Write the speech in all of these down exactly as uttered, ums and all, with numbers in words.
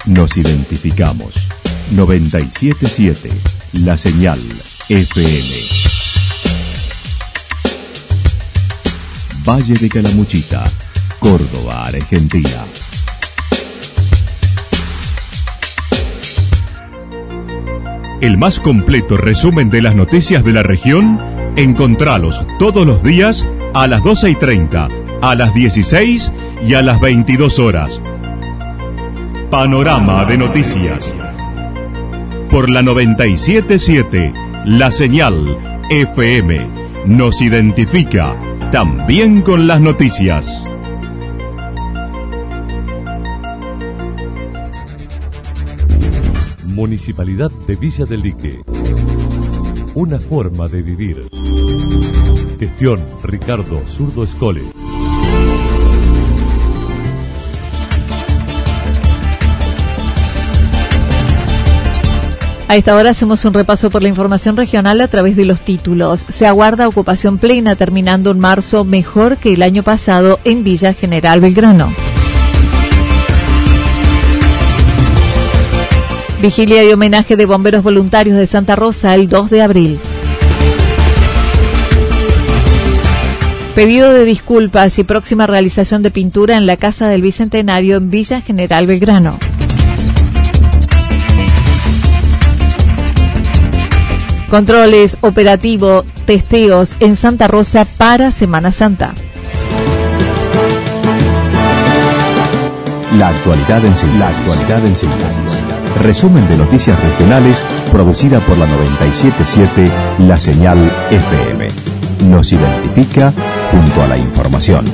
Nos identificamos. noventa y siete punto siete, La Señal F M. Valle de Calamuchita, Córdoba, Argentina. El más completo resumen de las noticias de la región, encontralos todos los días a las doce y treinta, a las dieciséis y a las veintidós horas. Panorama de Noticias. Por la noventa y siete punto siete, La Señal F M. Nos identifica también con las noticias. Municipalidad de Villa del Lique. Una forma de vivir. Gestión Ricardo Zurdo Escole. A esta hora hacemos un repaso por la información regional a través de los títulos. Se aguarda ocupación plena terminando en marzo mejor que el año pasado en Villa General Belgrano. Vigilia y homenaje de bomberos voluntarios de Santa Rosa el dos de abril. Pedido de disculpas y próxima realización de pintura en la Casa del Bicentenario en Villa General Belgrano. Controles, operativo, testeos en Santa Rosa para Semana Santa. La actualidad en síntesis. La actualidad en síntesis. Resumen de noticias regionales producida por la noventa y siete punto siete La Señal F M. Nos identifica junto a la información.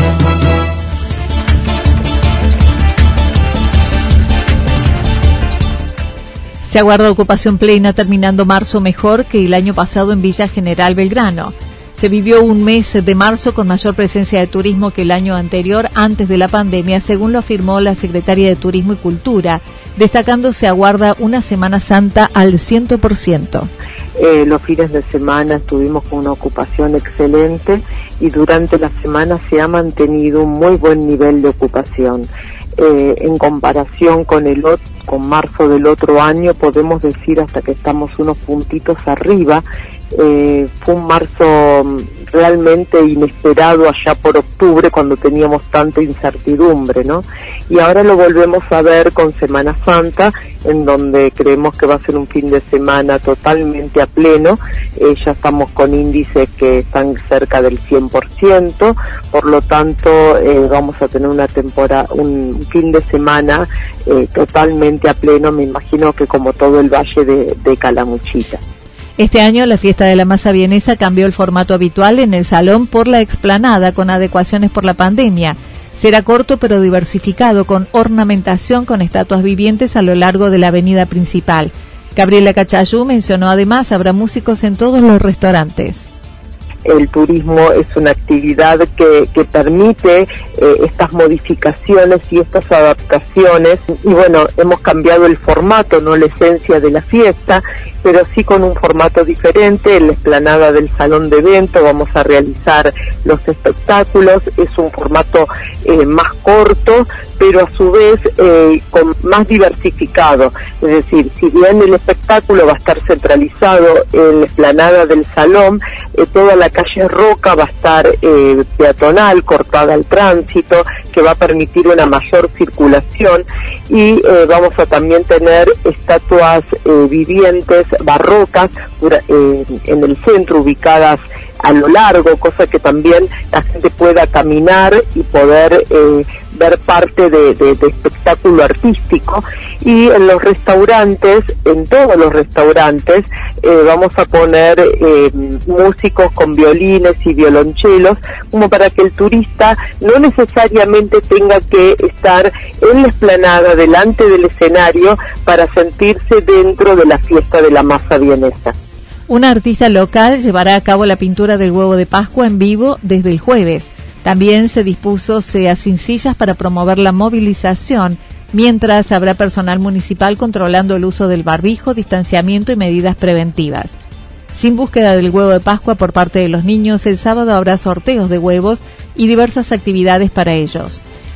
Se aguarda ocupación plena terminando marzo mejor que el año pasado en Villa General Belgrano. Se vivió un mes de marzo con mayor presencia de turismo que el año anterior antes de la pandemia, según lo afirmó la Secretaria de Turismo y Cultura, destacando se aguarda una Semana Santa al cien por ciento. Eh, los fines de semana estuvimos con una ocupación excelente y durante la semana se ha mantenido un muy buen nivel de ocupación. Eh, en comparación con el otro, con marzo del otro año, podemos decir hasta que estamos unos puntitos arriba. Eh, fue un marzo realmente inesperado allá por octubre, cuando teníamos tanta incertidumbre, ¿no? Y ahora lo volvemos a ver con Semana Santa, en donde creemos que va a ser un fin de semana totalmente a pleno. Eh, ya estamos con índices que están cerca del cien por ciento, por lo tanto eh, vamos a tener una temporada, un fin de semana eh, totalmente a pleno, me imagino que como todo el valle de, de Calamuchita. Este año la fiesta de la masa vienesa cambió el formato habitual en el salón por la explanada con adecuaciones por la pandemia. Será corto pero diversificado con ornamentación con estatuas vivientes a lo largo de la avenida principal. Gabriela Cachayú mencionó además habrá músicos en todos los restaurantes. El turismo es una actividad que, que permite eh, estas modificaciones y estas adaptaciones, y bueno, hemos cambiado el formato, no la esencia de la fiesta, pero sí con un formato diferente. En la explanada del salón de evento vamos a realizar los espectáculos, es un formato eh, más corto, pero a su vez eh, con más diversificado, es decir, si bien el espectáculo va a estar centralizado en la explanada del salón, eh, toda la calle Roca va a estar eh, peatonal, cortada al tránsito, que va a permitir una mayor circulación, y eh, vamos a también tener estatuas eh, vivientes barrocas eh, en el centro, ubicadas a lo largo, cosa que también la gente pueda caminar y poder eh, ver parte de, de, de espectáculo artístico. Y en los restaurantes, en todos los restaurantes, eh, vamos a poner eh, músicos con violines y violonchelos, como para que el turista no necesariamente tenga que estar en la explanada delante del escenario para sentirse dentro de la fiesta de la masa vienesa. Una artista local llevará a cabo la pintura del huevo de Pascua en vivo desde el jueves. También se dispuso sea sin sillas para promover la movilización, mientras habrá personal municipal controlando el uso del barbijo, distanciamiento y medidas preventivas. Sin búsqueda del huevo de Pascua por parte de los niños, el sábado habrá sorteos de huevos y diversas actividades para ellos.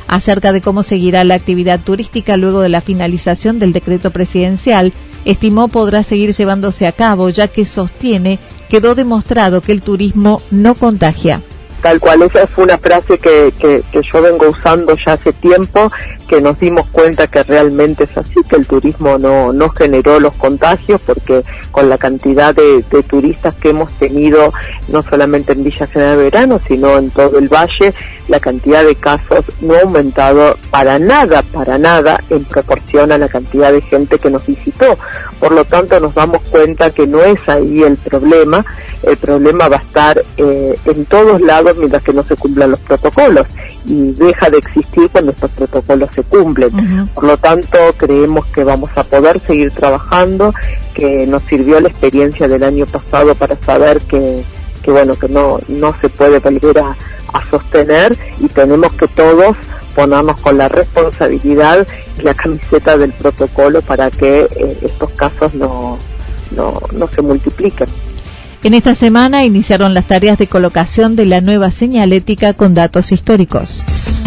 Acerca de cómo seguirá la actividad turística luego de la finalización del decreto presidencial, estimó podrá seguir llevándose a cabo, ya que sostiene quedó demostrado que el turismo no contagia. Tal cual, esa fue una frase que, que, que yo vengo usando ya hace tiempo, que nos dimos cuenta que realmente es así, que el turismo no, no generó los contagios, porque con la cantidad de, de turistas que hemos tenido, no solamente en Villa General Belgrano, sino en todo el valle, la cantidad de casos no ha aumentado para nada, para nada, en proporción a la cantidad de gente que nos visitó. Por lo tanto, nos damos cuenta que no es ahí el problema, el problema va a estar eh, en todos lados mientras que no se cumplan los protocolos, y deja de existir cuando estos protocolos se cumplen. Uh-huh. Por lo tanto, creemos que vamos a poder seguir trabajando, que nos sirvió la experiencia del año pasado para saber que, que bueno, que no, no se puede volver a, a sostener, y tenemos que todos ponernos con la responsabilidad y la camiseta del protocolo para que eh, estos casos no, no, no se multipliquen. En esta semana iniciaron las tareas de colocación de la nueva señalética con datos históricos.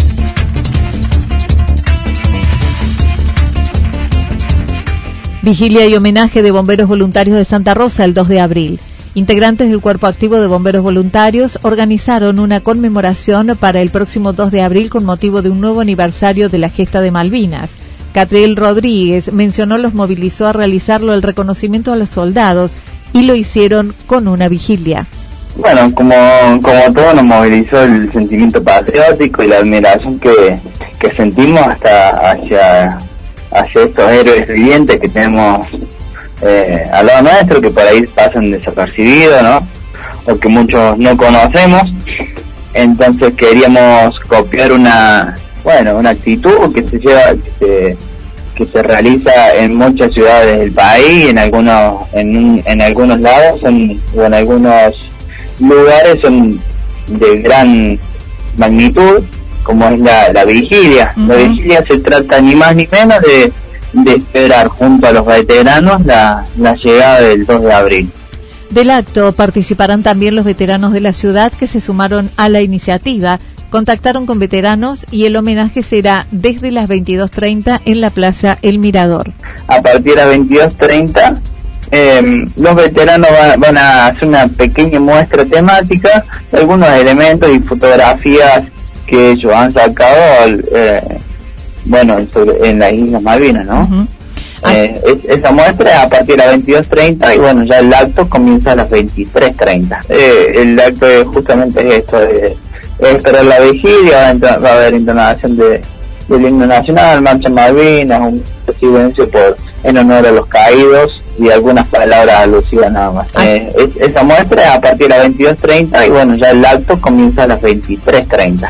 Vigilia y homenaje de bomberos voluntarios de Santa Rosa el dos de abril. Integrantes del Cuerpo Activo de Bomberos Voluntarios organizaron una conmemoración para el próximo dos de abril con motivo de un nuevo aniversario de la gesta de Malvinas. Catriel Rodríguez mencionó los movilizó a realizarlo el reconocimiento a los soldados y lo hicieron con una vigilia. Bueno, como, como todo nos movilizó el sentimiento patriótico y la admiración que, que sentimos hasta hacia, hacia estos héroes vivientes que tenemos eh, al lado nuestro, que por ahí pasan desapercibidos, ¿no? O que muchos no conocemos. Entonces queríamos copiar una, bueno, una actitud que se lleva, que se, que se realiza en muchas ciudades del país, en algunos, en, en algunos lados, en, o en algunos lugares son de gran magnitud, como es la, la vigilia. Uh-huh. La vigilia se trata ni más ni menos de, de esperar junto a los veteranos la, la llegada del dos de abril. Del acto participarán también los veteranos de la ciudad que se sumaron a la iniciativa, contactaron con veteranos y el homenaje será desde las veintidós treinta en la Plaza El Mirador. A partir de las veintidós treinta eh, los veteranos van, van a hacer una pequeña muestra temática de algunos elementos y fotografías que ellos han sacado eh, bueno, sobre, en las Islas Malvinas, ¿no? Uh-huh. Eh, es, esa muestra es a partir de las veintidós treinta y bueno, ya el acto comienza a las veintitrés treinta. Eh, el acto es justamente es esto de esperar la vigilia, va a, entrar, va a haber entonación de, del himno nacional, marcha Malvinas, un silencio por, en honor a los caídos y algunas palabras alusivas nada más. Eh, es, esa muestra es a partir de las veintidós treinta y bueno, ya el acto comienza a las veintitrés treinta.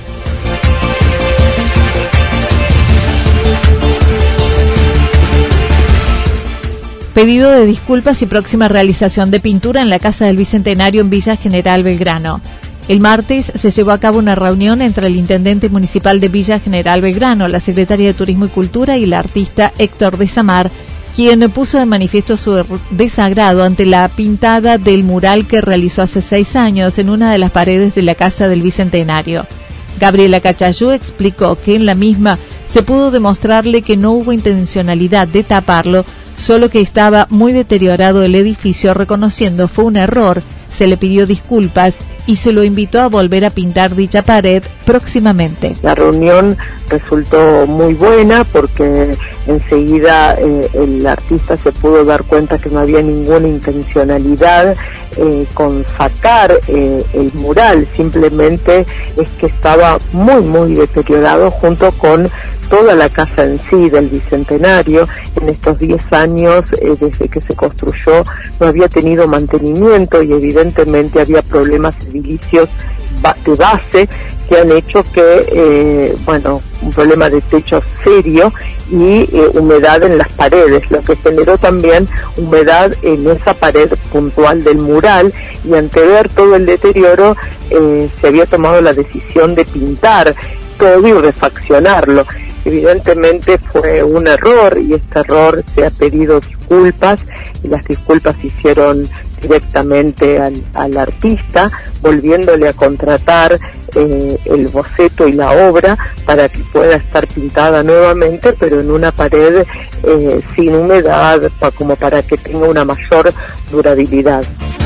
Pedido de disculpas y próxima realización de pintura en la Casa del Bicentenario en Villa General Belgrano. El martes se llevó a cabo una reunión entre el intendente municipal de Villa General Belgrano, la secretaria de Turismo y Cultura y el artista Héctor de Samar, quien puso de manifiesto su desagrado ante la pintada del mural que realizó hace seis años en una de las paredes de la Casa del Bicentenario. Gabriela Cachayú explicó que en la misma se pudo demostrarle que no hubo intencionalidad de taparlo, solo que estaba muy deteriorado el edificio, reconociendo fue un error, se le pidió disculpas y se lo invitó a volver a pintar dicha pared próximamente. La reunión resultó muy buena porque enseguida eh, el artista se pudo dar cuenta que no había ninguna intencionalidad eh, con sacar eh, el mural, simplemente es que estaba muy muy deteriorado junto con toda la casa en sí del Bicentenario. En estos diez años eh, desde que se construyó no había tenido mantenimiento y evidentemente había problemas edilicios de base que han hecho que, eh, bueno, un problema de techo serio y eh, humedad en las paredes, lo que generó también humedad en esa pared puntual del mural, y ante ver todo el deterioro eh, se había tomado la decisión de pintar todo y refaccionarlo. Evidentemente fue un error y este error se ha pedido disculpas y las disculpas se hicieron directamente al, al artista, volviéndole a contratar eh, el boceto y la obra para que pueda estar pintada nuevamente, pero en una pared eh, sin humedad, pa, como para que tenga una mayor durabilidad.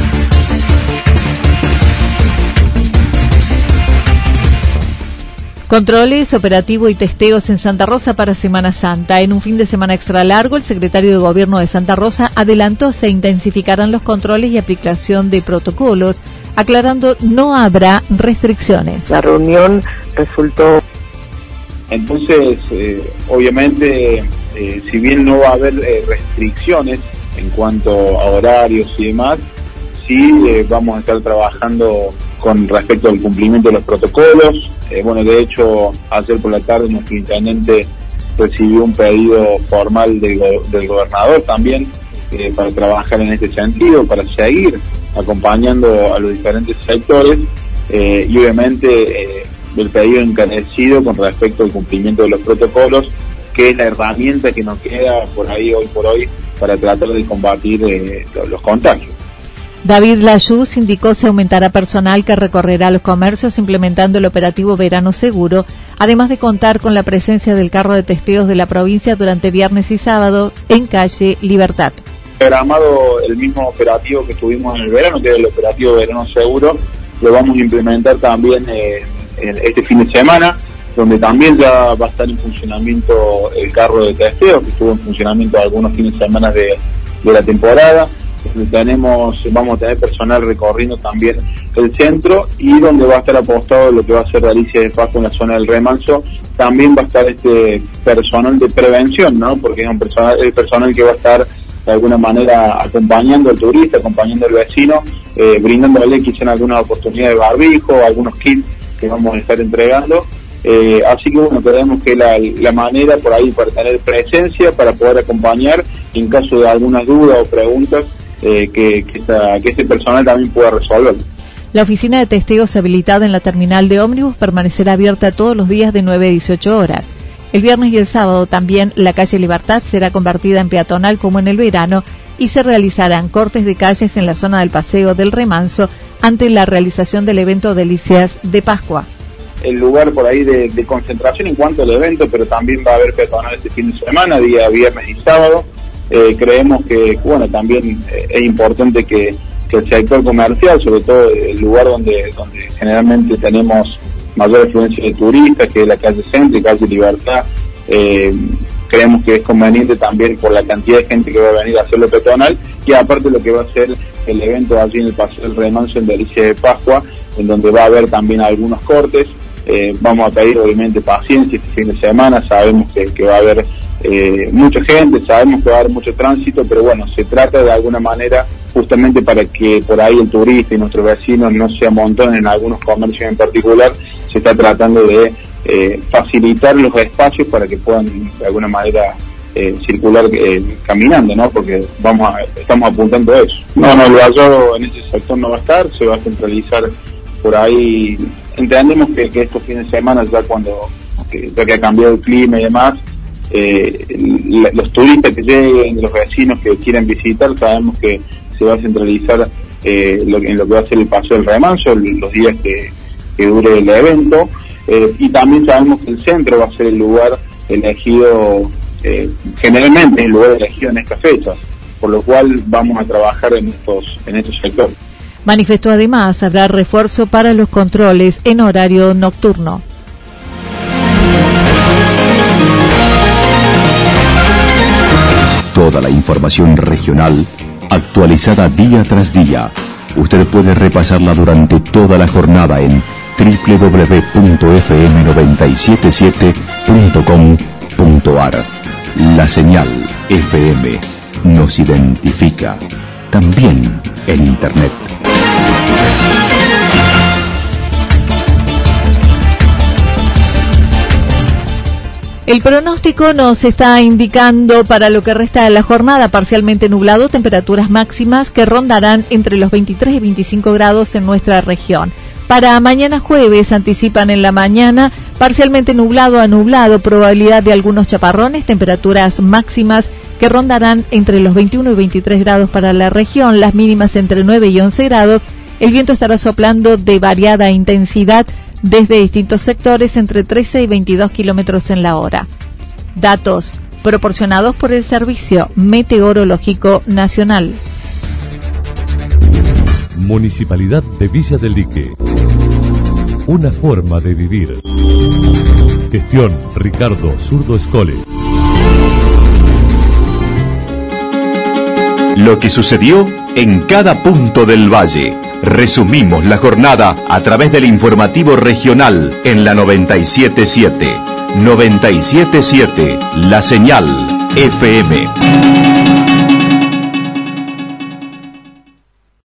Controles, operativo y testeos en Santa Rosa para Semana Santa. En un fin de semana extra largo, el secretario de Gobierno de Santa Rosa adelantó se intensificarán los controles y aplicación de protocolos, aclarando no habrá restricciones. La reunión resultó... Entonces, eh, obviamente, eh, si bien no va a haber eh, restricciones en cuanto a horarios y demás, sí eh, vamos a estar trabajando con respecto al cumplimiento de los protocolos. Eh, bueno, de hecho, ayer por la tarde nuestro intendente recibió un pedido formal del, go del gobernador también eh, para trabajar en este sentido, para seguir acompañando a los diferentes sectores eh, y obviamente eh, el pedido encarecido con respecto al cumplimiento de los protocolos, que es la herramienta que nos queda por ahí hoy por hoy para tratar de combatir eh, los contagios. David Layuz indicó se aumentará personal que recorrerá los comercios implementando el operativo Verano Seguro, además de contar con la presencia del carro de testeos de la provincia durante viernes y sábado en calle Libertad. Programado el mismo operativo que tuvimos en el verano, que es el operativo Verano Seguro, lo vamos a implementar también eh, en este fin de semana, donde también ya va a estar en funcionamiento el carro de testeo, que estuvo en funcionamiento algunos fines de semana de, de la temporada. Tenemos, vamos a tener personal recorriendo también el centro, y donde va a estar apostado lo que va a ser Alicia de Pascua en la zona del Remanso, también va a estar este personal de prevención, ¿no? Porque es un personal, el personal que va a estar de alguna manera acompañando al turista, acompañando al vecino, eh, brindándole quizás algunas oportunidades de barbijo, algunos kits que vamos a estar entregando. Eh, así que bueno, creemos que la, la manera por ahí para tener presencia, para poder acompañar en caso de algunas dudas o preguntas, Eh, que, que, esta, que este personal también pueda resolver. La oficina de testeos habilitada en la terminal de ómnibus permanecerá abierta todos los días de nueve a dieciocho horas. El viernes y el sábado también la calle Libertad será convertida en peatonal como en el verano, y se realizarán cortes de calles en la zona del Paseo del Remanso ante la realización del evento Delicias de Pascua. El lugar por ahí de, de concentración en cuanto al evento, pero también va a haber peatonal este fin de semana, día viernes y sábado. Eh, creemos que, bueno, también eh, es importante que, que el sector comercial, sobre todo el lugar donde, donde generalmente tenemos mayor afluencia de turistas, que es la calle Centro y calle Libertad, eh, creemos que es conveniente también por la cantidad de gente que va a venir a hacerlo peatonal, y aparte lo que va a ser el evento allí en el Paseo del Remanso en Delicia de Pascua, en donde va a haber también algunos cortes. Eh, vamos a pedir obviamente paciencia este fin de semana, sabemos que, que va a haber Eh, mucha gente, sabemos que va a haber mucho tránsito, pero bueno, se trata de alguna manera justamente para que por ahí el turista y nuestros vecinos no se amontonen en algunos comercios en particular. Se está tratando de eh, facilitar los espacios para que puedan de alguna manera eh, circular eh, caminando, ¿no? Porque vamos a, estamos apuntando a eso. No, no, el vallado en ese sector no va a estar, se va a centralizar por ahí. Entendemos que, que estos fines de semana, ya cuando que, ya que ha cambiado el clima y demás, Eh, la, los turistas que lleguen, los vecinos que quieren visitar, sabemos que se va a centralizar eh, lo, en lo que va a ser el Paseo del Remanso, los días que, que dure el evento, eh, y también sabemos que el centro va a ser el lugar elegido, eh, generalmente el lugar elegido en estas fechas, por lo cual vamos a trabajar en estos, en estos sectores. Manifestó además habrá refuerzo para los controles en horario nocturno. Toda la información regional actualizada día tras día. Usted puede repasarla durante toda la jornada en doble u doble u doble u punto f m nueve siete siete punto com punto a r. La señal F M nos identifica también en Internet. El pronóstico nos está indicando para lo que resta de la jornada parcialmente nublado, temperaturas máximas que rondarán entre los veintitrés y veinticinco grados en nuestra región. Para mañana jueves anticipan en la mañana parcialmente nublado a nublado, probabilidad de algunos chaparrones, temperaturas máximas que rondarán entre los veintiuno y veintitrés grados para la región, las mínimas entre nueve y once grados. El viento estará soplando de variada intensidad desde distintos sectores entre trece y veintidós kilómetros en la hora. Datos proporcionados por el Servicio Meteorológico Nacional. Municipalidad de Villa del Lique. Una forma de vivir. Gestión Ricardo Zurdo Escole. Lo que sucedió en cada punto del valle. Resumimos la jornada a través del informativo regional en la noventa y siete punto siete. noventa y siete punto siete, La Señal F M.